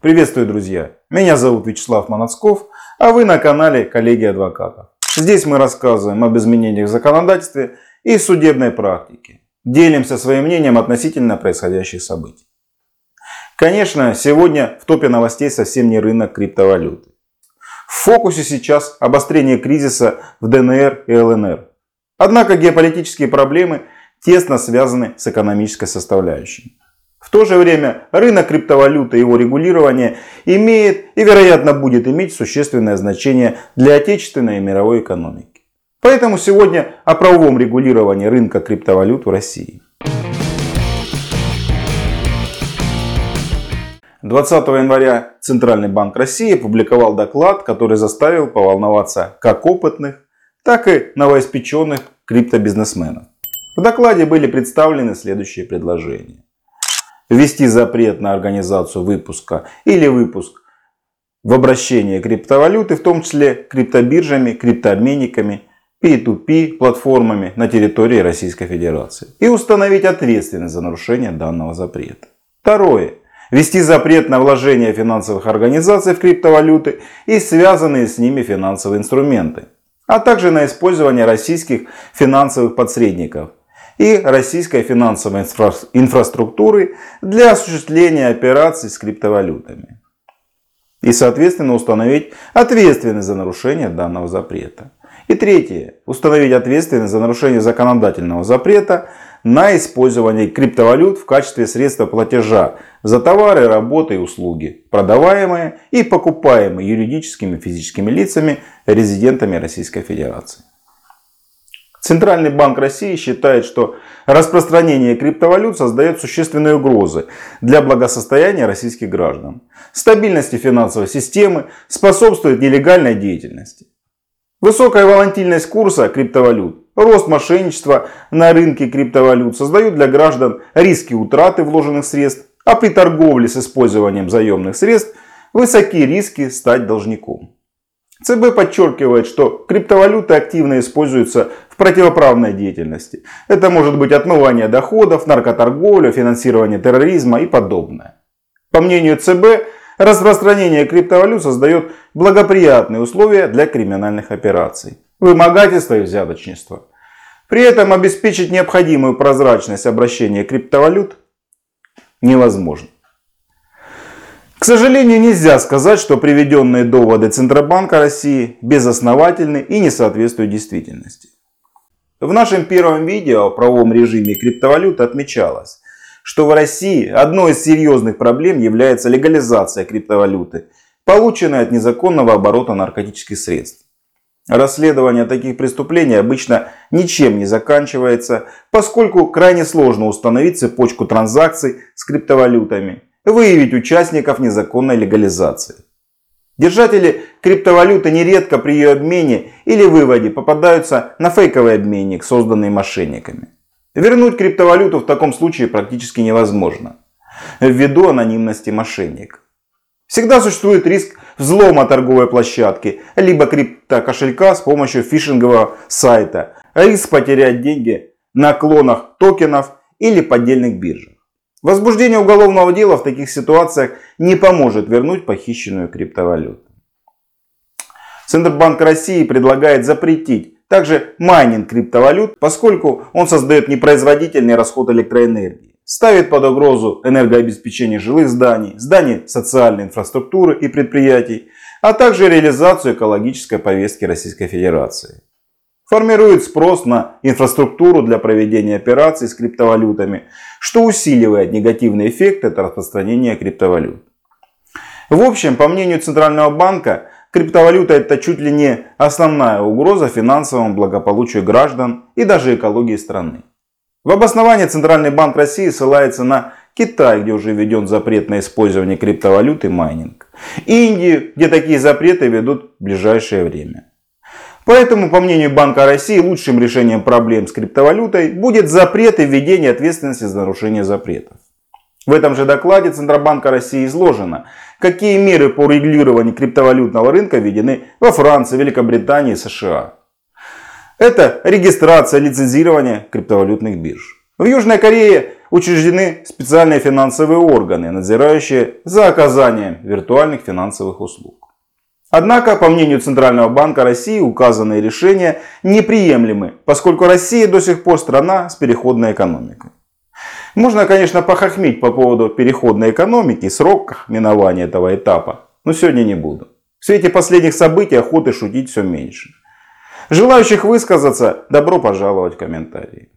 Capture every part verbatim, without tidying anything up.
Приветствую, друзья! Меня зовут Вячеслав Манацков, а вы на канале Коллегия Адвокатов. Здесь мы рассказываем об изменениях в законодательстве и судебной практике. Делимся своим мнением относительно происходящих событий. Конечно, сегодня в топе новостей совсем не рынок криптовалюты. В фокусе сейчас обострение кризиса в Дэ Эн Эр и Эл Эн Эр. Однако геополитические проблемы тесно связаны с экономической составляющей. В то же время рынок криптовалюты и его регулирование имеет и, вероятно, будет иметь существенное значение для отечественной и мировой экономики. Поэтому сегодня о правовом регулировании рынка криптовалют в России. двадцатого января Центральный банк России опубликовал доклад, который заставил поволноваться как опытных, так и новоиспеченных криптобизнесменов. В докладе были представлены следующие предложения. Ввести запрет на организацию выпуска или выпуск в обращение криптовалюты, в том числе криптобиржами, криптообменниками, пи ту пи платформами на территории Российской Федерации. И установить ответственность за нарушение данного запрета. Второе. Ввести запрет на вложение финансовых организаций в криптовалюты и связанные с ними финансовые инструменты, а также на использование российских финансовых посредников и российской финансовой инфра инфраструктуры для осуществления операций с криптовалютами. И, соответственно, установить ответственность за нарушение данного запрета. И третье. Установить ответственность за нарушение законодательного запрета на использование криптовалют в качестве средства платежа за товары, работы и услуги, продаваемые и покупаемые юридическими и физическими лицами, резидентами Российской Федерации. Центральный банк России считает, что распространение криптовалют создает существенные угрозы для благосостояния российских граждан, стабильности финансовой системы, способствует нелегальной деятельности. Высокая волатильность курса криптовалют, рост мошенничества на рынке криптовалют создают для граждан риски утраты вложенных средств, а при торговле с использованием заемных средств высоки риски стать должником. Цэ Бэ подчеркивает, что криптовалюты активно используются в противоправной деятельности. Это может быть отмывание доходов, наркоторговля, финансирование терроризма и подобное. По мнению Цэ Бэ, распространение криптовалют создает благоприятные условия для криминальных операций, вымогательства и взяточничества. При этом обеспечить необходимую прозрачность обращения криптовалют невозможно. К сожалению, нельзя сказать, что приведенные доводы Центробанка России безосновательны и не соответствуют действительности. В нашем первом видео о правовом режиме криптовалют отмечалось, что в России одной из серьезных проблем является легализация криптовалюты, полученной от незаконного оборота наркотических средств. Расследование таких преступлений обычно ничем не заканчивается, поскольку крайне сложно установить цепочку транзакций с криптовалютами, выявить участников незаконной легализации. Держатели криптовалюты нередко при ее обмене или выводе попадаются на фейковый обменник, созданный мошенниками. Вернуть криптовалюту в таком случае практически невозможно, ввиду анонимности мошенника. Всегда существует риск взлома торговой площадки, либо криптокошелька с помощью фишингового сайта, риск потерять деньги на клонах токенов или поддельных биржах. Возбуждение уголовного дела в таких ситуациях не поможет вернуть похищенную криптовалюту. Центробанк России предлагает запретить также майнинг криптовалют, поскольку он создает непроизводительный расход электроэнергии, ставит под угрозу энергообеспечение жилых зданий, зданий социальной инфраструктуры и предприятий, а также реализацию экологической повестки Российской Федерации. Формирует спрос на инфраструктуру для проведения операций с криптовалютами, что усиливает негативный эффект от распространения криптовалют. В общем, по мнению Центрального банка, криптовалюта — это чуть ли не основная угроза финансовому благополучию граждан и даже экологии страны. В обосновании Центральный банк России ссылается на Китай, где уже введен запрет на использование криптовалют и майнинг, Индию, где такие запреты ведут в ближайшее время. Поэтому, по мнению Банка России, лучшим решением проблем с криптовалютой будет запрет и введение ответственности за нарушение запретов. В этом же докладе Центробанка России изложено, какие меры по регулированию криптовалютного рынка введены во Франции, Великобритании и Сэ Шэ А. Это регистрация, лицензирование криптовалютных бирж. В Южной Корее учреждены специальные финансовые органы, надзирающие за оказанием виртуальных финансовых услуг. Однако, по мнению Центрального банка России, указанные решения неприемлемы, поскольку Россия до сих пор страна с переходной экономикой. Можно, конечно, похохмить по поводу переходной экономики, срок минования этого этапа, но сегодня не буду. В свете последних событий охоты шутить все меньше. Желающих высказаться, добро пожаловать в комментарии.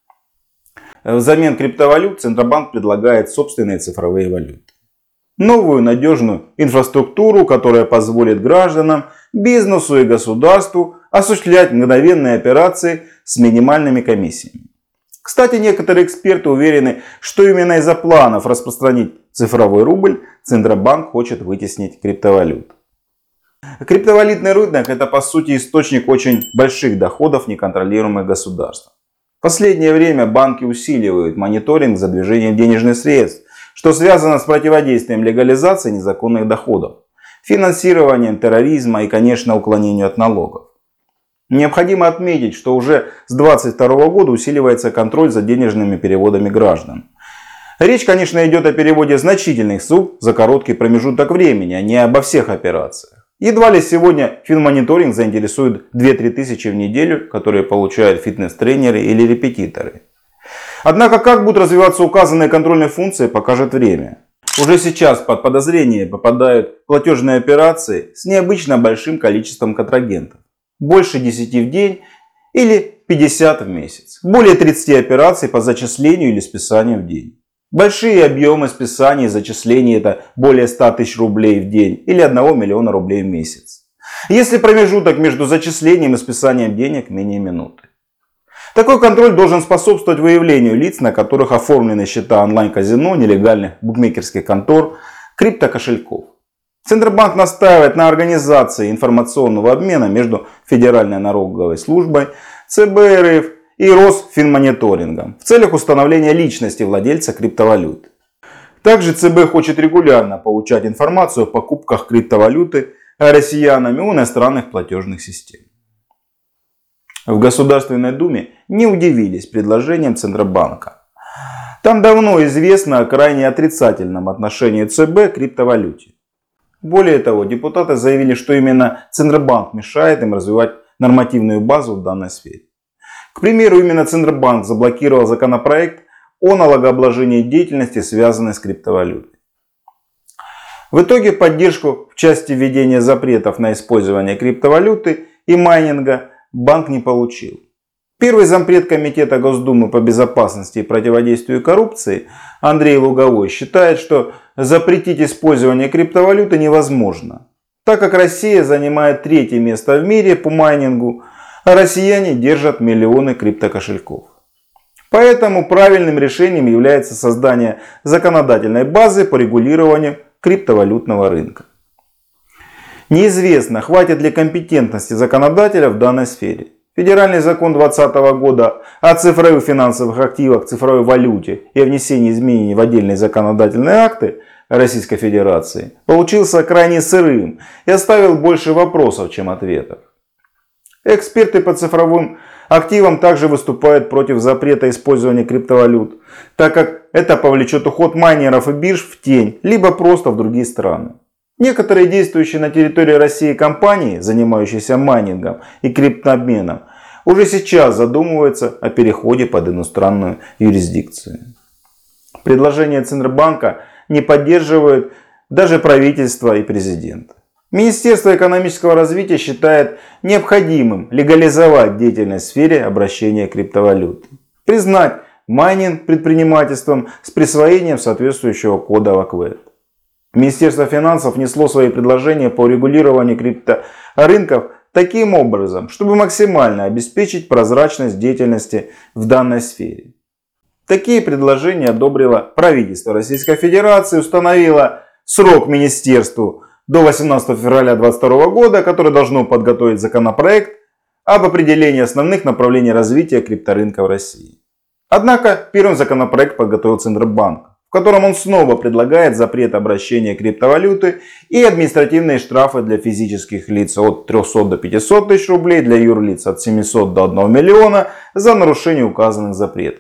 Взамен криптовалют Центробанк предлагает собственные цифровые валюты. Новую надежную инфраструктуру, которая позволит гражданам, бизнесу и государству осуществлять мгновенные операции с минимальными комиссиями. Кстати, некоторые эксперты уверены, что именно из-за планов распространить цифровой рубль Центробанк хочет вытеснить криптовалют. Криптовалютный рынок — это по сути источник очень больших доходов неконтролируемых государств. В последнее время банки усиливают мониторинг за движением денежных средств, что связано с противодействием легализации незаконных доходов, финансированием терроризма и, конечно, уклонению от налогов. Необходимо отметить, что уже с две тысячи двадцать второго года усиливается контроль за денежными переводами граждан. Речь, конечно, идет о переводе значительных сумм за короткий промежуток времени, а не обо всех операциях. Едва ли сегодня финмониторинг заинтересует две-три тысячи в неделю, которые получают фитнес-тренеры или репетиторы. Однако, как будут развиваться указанные контрольные функции, покажет время. Уже сейчас под подозрение попадают платежные операции с необычно большим количеством контрагентов. Больше десяти в день или пятьдесят в месяц. Более тридцати операций по зачислению или списанию в день. Большие объемы списаний и зачислений — это более ста тысяч рублей в день или одного миллиона рублей в месяц. Если промежуток между зачислением и списанием денег менее минуты. Такой контроль должен способствовать выявлению лиц, на которых оформлены счета онлайн-казино, нелегальных букмекерских контор, криптокошельков. Центробанк настаивает на организации информационного обмена между Федеральной налоговой службой, ЦБ РФ и Росфинмониторингом в целях установления личности владельца криптовалют. Также ЦБ хочет регулярно получать информацию о покупках криптовалюты россиянами у иностранных платежных систем. В Государственной Думе не удивились предложением Центробанка. Там давно известно о крайне отрицательном отношении ЦБ к криптовалюте. Более того, депутаты заявили, что именно Центробанк мешает им развивать нормативную базу в данной сфере. К примеру, именно Центробанк заблокировал законопроект о налогообложении деятельности, связанной с криптовалютой. В итоге поддержку в части введения запретов на использование криптовалюты и майнинга банк не получил. Первый зампред Комитета Госдумы по безопасности и противодействию коррупции Андрей Луговой считает, что запретить использование криптовалюты невозможно, так как Россия занимает третье место в мире по майнингу, а россияне держат миллионы криптокошельков. Поэтому правильным решением является создание законодательной базы по регулированию криптовалютного рынка. Неизвестно, хватит ли компетентности законодателя в данной сфере. Федеральный закон двадцатого года о цифровых финансовых активах, цифровой валюте и о внесении изменений в отдельные законодательные акты Российской Федерации получился крайне сырым и оставил больше вопросов, чем ответов. Эксперты по цифровым активам также выступают против запрета использования криптовалют, так как это повлечет уход майнеров и бирж в тень, либо просто в другие страны. Некоторые действующие на территории России компании, занимающиеся майнингом и криптообменом, уже сейчас задумываются о переходе под иностранную юрисдикцию. Предложение Центробанка не поддерживают даже правительство и президент. Министерство экономического развития считает необходимым легализовать деятельность в сфере обращения криптовалют, признать майнинг предпринимательством с присвоением соответствующего кода ОКВЭД. Министерство финансов внесло свои предложения по регулированию крипторынков таким образом, чтобы максимально обеспечить прозрачность деятельности в данной сфере. Такие предложения одобрило правительство Российской Федерации, установило срок министерству до восемнадцатого февраля две тысячи двадцать второго года, которое должно подготовить законопроект об определении основных направлений развития крипторынка в России. Однако первым законопроект подготовил Центробанк, в котором он снова предлагает запрет обращения криптовалюты и административные штрафы для физических лиц от трёхсот до пятисот тысяч рублей, для юрлиц от семисот до одного миллиона за нарушение указанных запретов.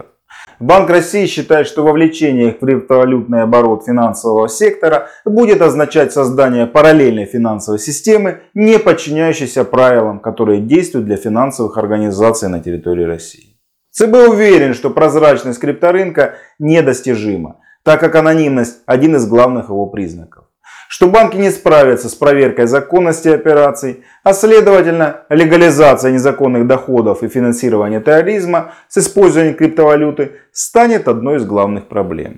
Банк России считает, что вовлечение в криптовалютный оборот финансового сектора будет означать создание параллельной финансовой системы, не подчиняющейся правилам, которые действуют для финансовых организаций на территории России. ЦБ уверен, что прозрачность крипторынка недостижима, так как анонимность – один из главных его признаков. Что банки не справятся с проверкой законности операций, а следовательно легализация незаконных доходов и финансирование терроризма с использованием криптовалюты станет одной из главных проблем.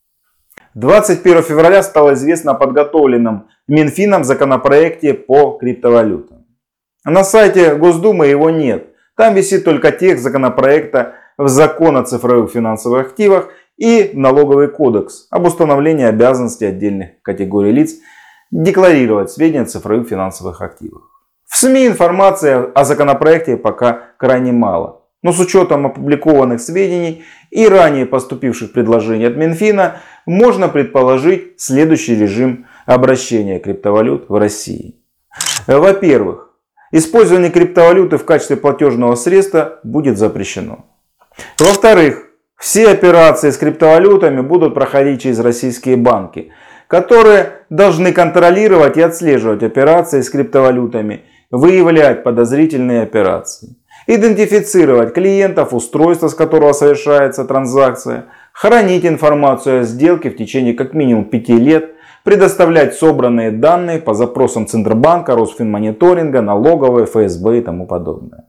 двадцать первого февраля стало известно о подготовленном Минфином законопроекте по криптовалютам. На сайте Госдумы его нет. Там висит только текст законопроекта в Закон о цифровых финансовых активах и Налоговый кодекс об установлении обязанностей отдельных категорий лиц декларировать сведения о цифровых финансовых активах. В СМИ информации о законопроекте пока крайне мало, но с учетом опубликованных сведений и ранее поступивших предложений от Минфина можно предположить следующий режим обращения криптовалют в России. Во-первых, использование криптовалюты в качестве платежного средства будет запрещено. Во-вторых, все операции с криптовалютами будут проходить через российские банки, которые должны контролировать и отслеживать операции с криптовалютами, выявлять подозрительные операции, идентифицировать клиентов, устройства, с которого совершается транзакция, хранить информацию о сделке в течение как минимум пяти лет, предоставлять собранные данные по запросам Центробанка, Росфинмониторинга, налоговой, эф эс бэ и тому подобное.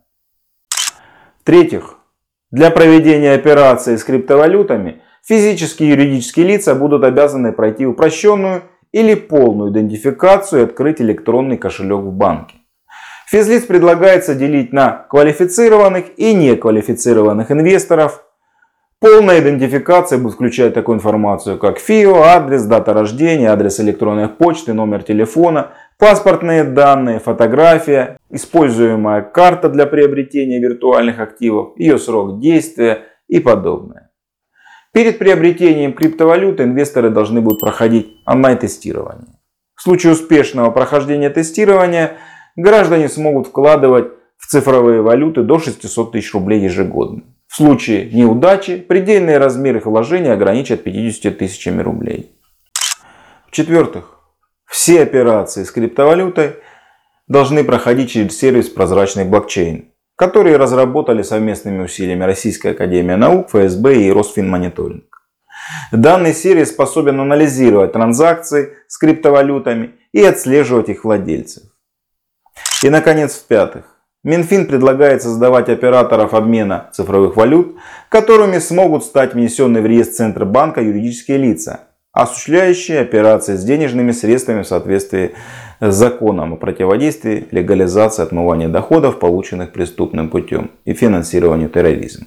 В-третьих, для проведения операций с криптовалютами физические и юридические лица будут обязаны пройти упрощенную или полную идентификацию и открыть электронный кошелек в банке. Физлиц предлагается делить на квалифицированных и неквалифицированных инвесторов. Полная идентификация будет включать такую информацию, как ФИО, адрес, дата рождения, адрес электронной почты, номер телефона, паспортные данные, фотография, используемая карта для приобретения виртуальных активов, ее срок действия и подобное. Перед приобретением криптовалюты инвесторы должны будут проходить онлайн-тестирование. В случае успешного прохождения тестирования граждане смогут вкладывать в цифровые валюты до шестисот тысяч рублей ежегодно. В случае неудачи предельный размер их вложений ограничат пятьюдесятью тысячами рублей. В-четвертых, все операции с криптовалютой должны проходить через сервис «Прозрачный блокчейн», который разработали совместными усилиями Российская академия наук, эф эс бэ и Росфинмониторинг. Данный сервис способен анализировать транзакции с криптовалютами и отслеживать их владельцев. И, наконец, в-пятых, Минфин предлагает создавать операторов обмена цифровых валют, которыми смогут стать внесенные в реестр Центробанка юридические лица, осуществляющие операции с денежными средствами в соответствии с законом о противодействии легализации отмывания доходов, полученных преступным путем, и финансированию терроризма.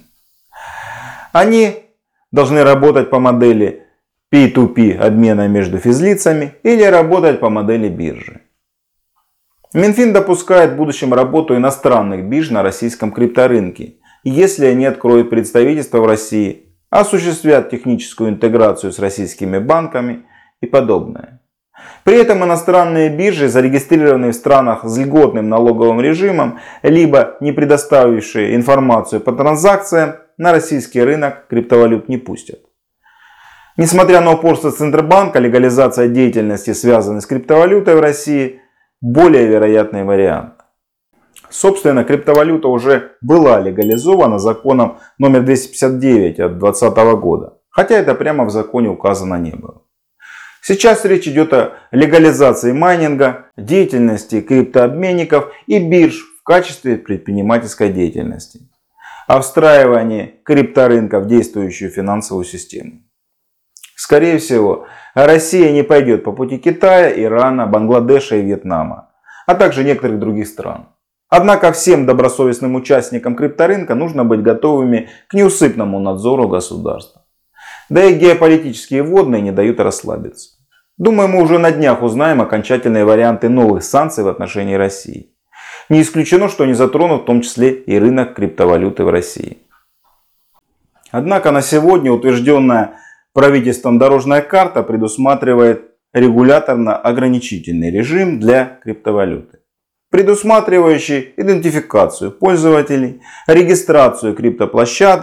Они должны работать по модели пи ту пи обмена между физлицами или работать по модели биржи. Минфин допускает в будущем работу иностранных бирж на российском крипторынке, если они откроют представительство в России, осуществят техническую интеграцию с российскими банками и подобное. При этом иностранные биржи, зарегистрированные в странах с льготным налоговым режимом, либо не предоставившие информацию по транзакциям, на российский рынок криптовалют не пустят. Несмотря на упорство Центробанка, легализация деятельности, связанной с криптовалютой в России, более вероятный вариант. Собственно, криптовалюта уже была легализована законом номер двести пятьдесят девять от две тысячи двадцатого года, хотя это прямо в законе указано не было. Сейчас речь идет о легализации майнинга, деятельности криптообменников и бирж в качестве предпринимательской деятельности, о встраивании крипторынка в действующую финансовую систему. Скорее всего, Россия не пойдет по пути Китая, Ирана, Бангладеша и Вьетнама, а также некоторых других стран. Однако всем добросовестным участникам крипторынка нужно быть готовыми к неусыпному надзору государства. Да и геополитические водные не дают расслабиться. Думаю, мы уже на днях узнаем окончательные варианты новых санкций в отношении России. Не исключено, что они затронут в том числе и рынок криптовалюты в России. Однако на сегодня утвержденная правительством дорожная карта предусматривает регуляторно-ограничительный режим для криптовалюты, предусматривающий идентификацию пользователей, регистрацию криптоплощадок,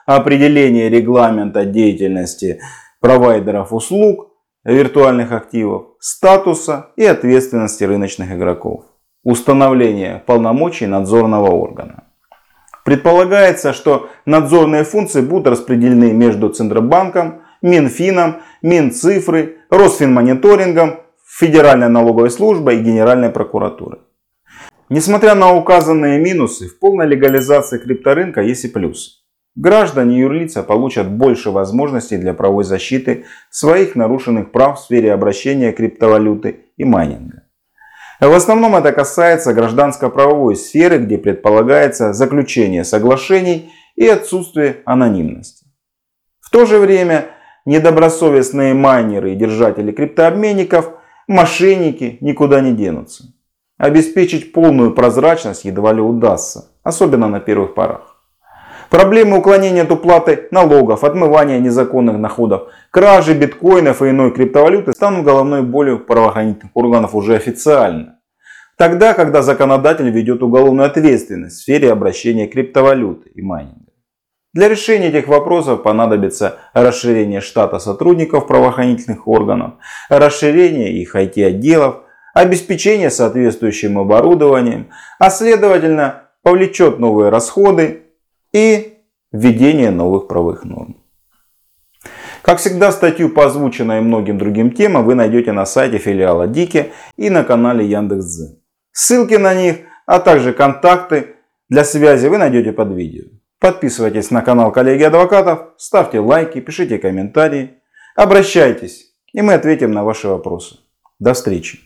определение регламента деятельности провайдеров услуг, виртуальных активов, статуса и ответственности рыночных игроков, установление полномочий надзорного органа. Предполагается, что надзорные функции будут распределены между Центробанком, Минфином, Минцифрой, Росфинмониторингом, Федеральной налоговой службой и Генеральной прокуратурой. Несмотря на указанные минусы, в полной легализации крипторынка есть и плюсы. Граждане и юрлица получат больше возможностей для правовой защиты своих нарушенных прав в сфере обращения криптовалюты и майнинга. В основном это касается гражданско-правовой сферы, где предполагается заключение соглашений и отсутствие анонимности. В то же время недобросовестные майнеры и держатели криптообменников, мошенники никуда не денутся. Обеспечить полную прозрачность едва ли удастся, особенно на первых порах. Проблемы уклонения от уплаты налогов, отмывания незаконных доходов, кражи биткоинов и иной криптовалюты станут головной болью правоохранительных органов уже официально. Тогда, когда законодатель ведет уголовную ответственность в сфере обращения криптовалюты и майнинга. Для решения этих вопросов понадобится расширение штата сотрудников правоохранительных органов, расширение их ай ти-отделов, обеспечение соответствующим оборудованием, а следовательно повлечет новые расходы и введение новых правовых норм. Как всегда, статью по озвученной и многим другим темам вы найдете на сайте филиала Дики и на канале Яндекс.Дзен. Ссылки на них, а также контакты для связи вы найдете под видео. Подписывайтесь на канал коллеги адвокатов, ставьте лайки, пишите комментарии, обращайтесь, и мы ответим на ваши вопросы. До встречи!